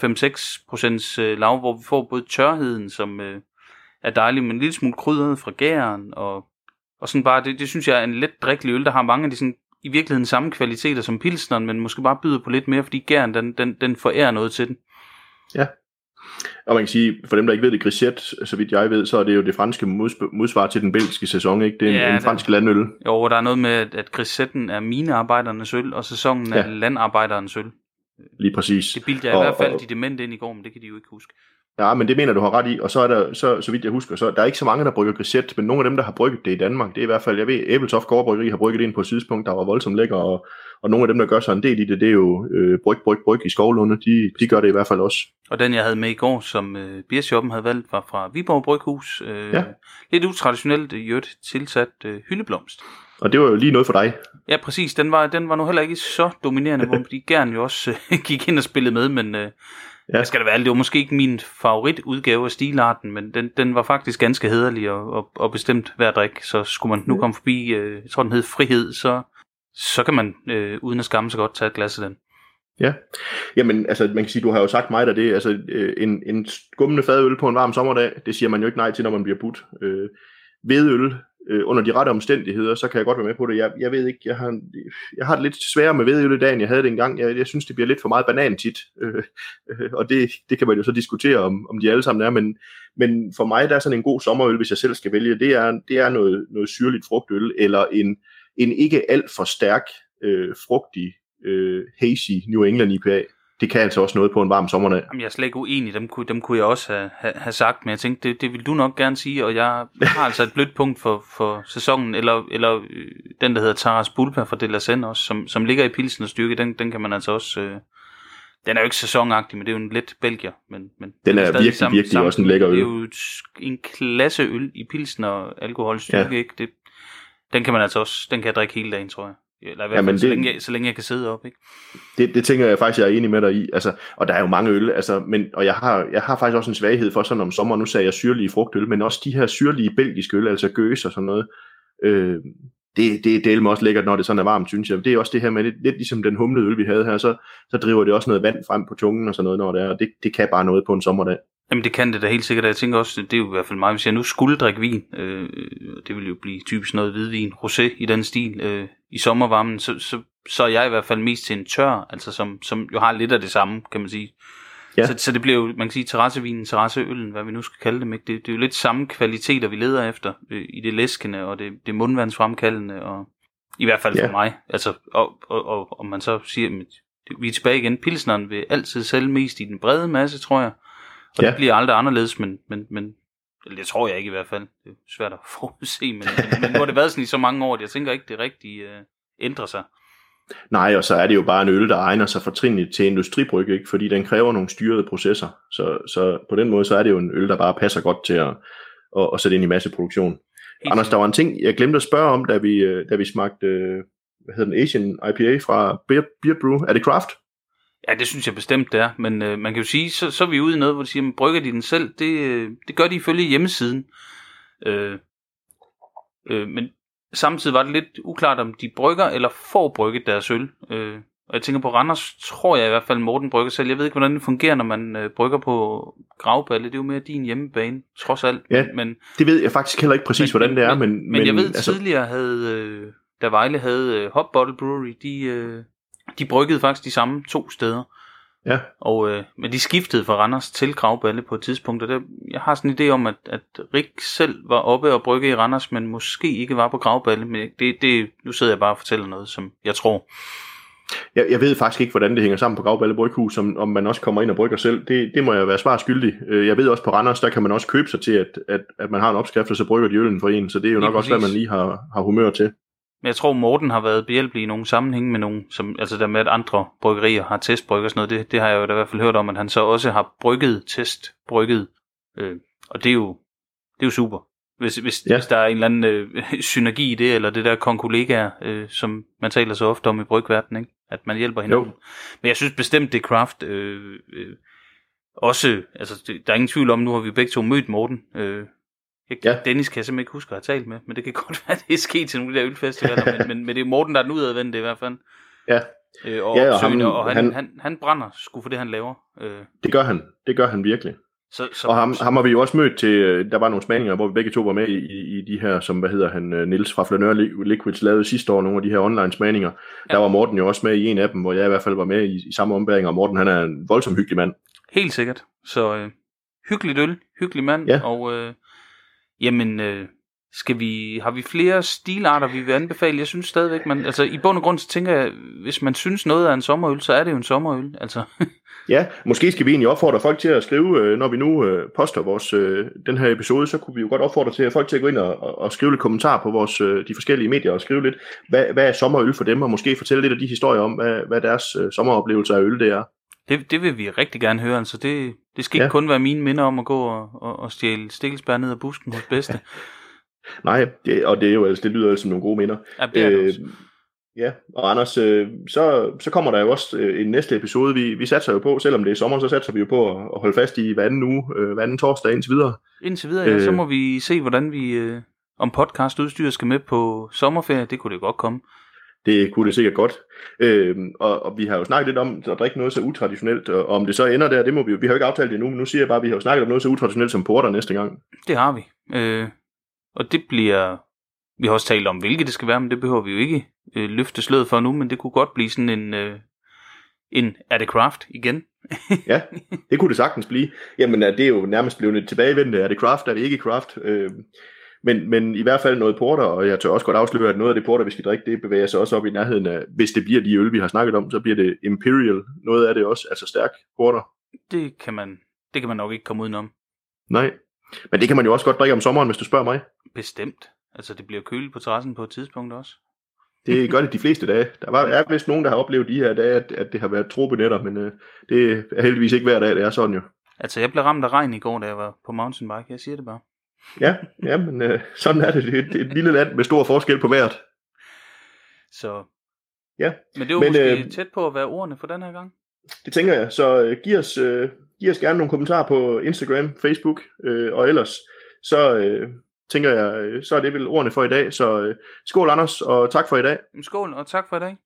der 5-6% lav, hvor vi får både tørheden, som er dejlig, men en lille smule krydret fra gæren, og sådan bare, det synes jeg er en let drikkelig øl, der har mange af de sådan, i virkeligheden samme kvaliteter som pilsneren, men måske bare byder på lidt mere, fordi gæren, den forærer noget til den. Ja. Og man kan sige, for dem der ikke ved det, grisette, så vidt jeg ved, så er det jo det franske modsvar til den belgiske sæson, ikke? Det er en fransk landøl. Jo, der er noget med, at grisetten er minearbejdernes øl, og sæsonen er landarbejderens øl. Lige præcis. Det bildte jeg i hvert fald de demente ind i går, men det kan de jo ikke huske. Ja, men det mener du har ret i, og så er der, så vidt jeg husker, så der er ikke så mange, der brygger grisette, men nogle af dem, der har brygget det i Danmark, det er i hvert fald, jeg ved, Æbeltoft Gårdbryggeri har brygget det ind på et tidspunkt, der var voldsomt lækker, og nogle af dem, der gør sig en del i det, det er jo Bryg i Skovlunde, de gør det i hvert fald også. Og den, jeg havde med i går, som Biershoppen havde valgt, var fra Viborg Bryghus. Lidt utraditionelt jødt tilsat hyldeblomst. Og det var jo lige noget for dig. Ja, præcis. Den var nu heller ikke så dominerende, hvor de gerne jo også gik ind og spillede med, men jeg skal da være ærlig, det var måske ikke min favoritudgave af stilarten, men den var faktisk ganske hæderlig og bestemt hver drik, så skulle man nu komme forbi, jeg tror den hed Frihed, så kan man uden at skamme sig godt tage et glas af den. Ja, jamen altså man kan sige, du har jo sagt mig, at det altså en skummende fadøl på en varm sommerdag, det siger man jo ikke nej til, når man bliver budt. Hvedøl under de rette omstændigheder, så kan jeg godt være med på det. Jeg ved ikke, jeg har det lidt sværere med hvedøl i dag, end jeg havde det engang. Jeg synes, det bliver lidt for meget banan tit, og det kan man jo så diskutere, om de alle sammen er, men for mig, der er sådan en god sommerøl, hvis jeg selv skal vælge, det er noget syrligt frugtøl, eller en ikke alt for stærk, frugtig, hazy New England IPA. Det kan altså også noget på en varm sommerdag. Jamen, jeg er slet ikke uenig. Dem kunne jeg også have sagt, men jeg tænkte, det vil du nok gerne sige, og jeg har altså et blødt punkt for sæsonen, eller den, der hedder Taras Bulpa fra De La Seine også, som ligger i pilsen og styrke, den kan man altså også... den er jo ikke sæsonagtig, men det er jo en let belgier. Men den er virkelig også en lækker øl. Det er jo en klasse øl i pilsen og alkoholstyrke, ikke? Den kan man altså også, den kan jeg drikke hele dagen, tror jeg. Eller i hvert fald, så længe jeg kan sidde op, ikke? Det tænker jeg faktisk, jeg er enig med dig i. Altså, og der er jo mange øl, altså, og jeg har faktisk også en svaghed for sådan om sommeren. Nu sagde jeg syrlige frugtøl, men også de her syrlige belgiske øl, altså gøs og sådan noget. Det er også lækkert, når det sådan er varmt, synes jeg. Det er også det her med lidt ligesom den humlede øl, vi havde her, så driver det også noget vand frem på tungen og sådan noget, når det er. Og det kan bare noget på en sommerdag. Jamen det kan det da helt sikkert. Jeg tænker også, det er jo i hvert fald mig, hvis jeg nu skulle drikke vin, det vil jo blive typisk noget hvidvin, rosé i den stil, i sommervarmen, så er jeg i hvert fald mest til en tør, altså som jo har lidt af det samme, kan man sige. Ja. Så det bliver jo, man kan sige, terrassevinen, terrasseøllen, hvad vi nu skal kalde dem, ikke? Det er jo lidt samme kvaliteter, vi leder efter i det læskende, og det mundvandsfremkaldende, og i hvert fald for mig. Altså, og man så siger, vi er tilbage igen, pilsneren vil altid sælge mest i den brede masse, tror jeg. Og det bliver aldrig anderledes, men det tror jeg ikke i hvert fald. Det er svært at forudse, men nu har det været sådan i så mange år, at jeg tænker ikke, det rigtigt ændrer sig. Nej, og så er det jo bare en øl, der egner sig fortrinligt til industribrygge, ikke? Fordi den kræver nogle styrede processer. Så på den måde, så er det jo en øl, der bare passer godt til at sætte ind i masseproduktion. Anders, der var en ting, jeg glemte at spørge om, da vi smagte, hvad hedder den, Asian IPA fra Beard Brew. Er det craft? Ja, det synes jeg bestemt, det er. Men man kan jo sige, så er vi ude i noget, hvor de siger, brygger de den selv? Det gør de ifølge hjemmesiden. Men samtidig var det lidt uklart, om de brygger eller får brygget deres øl. Og jeg tænker på Randers, tror jeg i hvert fald, Morten brygger selv. Jeg ved ikke, hvordan det fungerer, når man brygger på Gravballe. Det er jo mere din hjemmebane, trods alt. Ja, men det ved jeg faktisk heller ikke præcis, hvordan det er. Men jeg ved, altså, tidligere da Vejle havde Hop Bottle Brewery, de bryggede faktisk de samme 2 steder. Ja. Men de skiftede fra Randers til Gravballe på et tidspunkt, og jeg har sådan en idé om, at Rik selv var oppe og brygge i Randers, men måske ikke var på Gravballe. Men nu sidder jeg bare og fortæller noget, som jeg tror. Jeg ved faktisk ikke, hvordan det hænger sammen på Gravballe Bryghus, om man også kommer ind og brygger selv. Det må jeg være svar skyldig. Jeg ved også på Randers, der kan man også købe sig til, at man har en opskrift, og så brygger de øllen for en, så det er jo nok også, hvad man lige har humør til. Men jeg tror, Morten har været behjælpelig i nogle sammenhæng med nogle, altså der med, at andre bryggerier har testbrygget og sådan noget. Det har jeg jo da i hvert fald hørt om, at han så også har testbrygget. Og det er jo super. Hvis der er en eller anden synergi i det, eller det der konkollegaer, som man taler så ofte om i brygverdenen, ikke? At man hjælper hinanden. Jo. Men jeg synes bestemt, det er craft. Også, altså der er ingen tvivl om, nu har vi begge to mødt Morten. Dennis kan jeg simpelthen ikke huske at have talt med, men det kan godt være, det er sket til nogle af de der ølfestivaler, men det er Morten, der er den udadvendte i hvert fald. Ja. Og han brænder sgu for det, han laver. Det gør han virkelig. Og ham har vi jo også mødt til, der var nogle smagninger, hvor vi begge to var med i de her, som, Niels fra Flanør Liquids lavede sidste år, nogle af de her online smagninger. Ja. Der var Morten jo også med i en af dem, hvor jeg i hvert fald var med i samme ombæring, og Morten, han er en voldsomt hyggelig mand. Helt sikkert. Så hyggeligt øl, hyggelig mand, ja. Og har vi flere stilarter, vi vil anbefale? Jeg synes stadigvæk, altså i bund og grund, så tænker jeg, hvis man synes noget er en sommerøl, så er det jo en sommerøl, altså. Ja, måske skal vi egentlig opfordre folk til at skrive, når vi nu poster vores den her episode, så kunne vi jo godt opfordre til folk til at gå ind og skrive lidt kommentarer på de forskellige medier, og skrive lidt, hvad er sommerøl for dem, og måske fortælle lidt af de historier om, hvad deres sommeroplevelser af øl det er. Det vil vi rigtig gerne høre, altså det skal ikke kun være mine minder om at gå og stjæle stikkelsbær ned af busken hos bedste. Nej, det er jo altså, det lyder altså som nogle gode minder. Ja, det er det også. Ja, og Anders, så kommer der jo også en næste episode. Vi satser jo på, selvom det er sommer, så satser vi jo på at holde fast i hver anden torsdag indtil videre. Indtil videre, ja, så må vi se, hvordan vi om podcastudstyr skal med på sommerferie. Det kunne det godt komme. Det kunne det sikkert godt. Og vi har jo snakket lidt om at drikke noget så utraditionelt, og om det så ender der, det må vi har jo ikke aftalt det endnu, men nu siger jeg bare, at vi har jo snakket om noget så utraditionelt som porter næste gang. Det har vi. Og det bliver... Vi har også talt om, hvilket det skal være, men det behøver vi jo ikke løfte sløret for nu, men det kunne godt blive sådan en er det craft igen? Ja, det kunne det sagtens blive. Jamen, det er jo nærmest blevet et tilbagevendende, er det craft, er det ikke craft? Men i hvert fald noget porter, og jeg tør også godt afsløre, at noget af det porter, vi skal drikke, det bevæger sig også op i nærheden af, hvis det bliver de øl, vi har snakket om, så bliver det Imperial. Noget af det også, altså stærk porter. Det kan man nok ikke komme udenom. Nej, men det kan man jo også godt drikke om sommeren, hvis du spørger mig. Bestemt. Altså, det bliver køligt på terrassen på et tidspunkt også. Det gør det de fleste dage. Der er vist nogen, der har oplevet de her dage, at det har været tropenetter, men det er heldigvis ikke hver dag, det er sådan jo. Altså, jeg blev ramt af regn i går, da jeg var på mountainbike. Jeg siger det bare. Ja, men sådan er det. Det er et lille land med stor forskel på vejret. Så. Ja. Men det var måske tæt på at være ordene for den her gang. Det tænker jeg. Så giv os gerne nogle kommentarer på Instagram, Facebook, og ellers så tænker jeg, så er det vel ordene for i dag. Så skål Anders, og tak for i dag. Skål, og tak for i dag.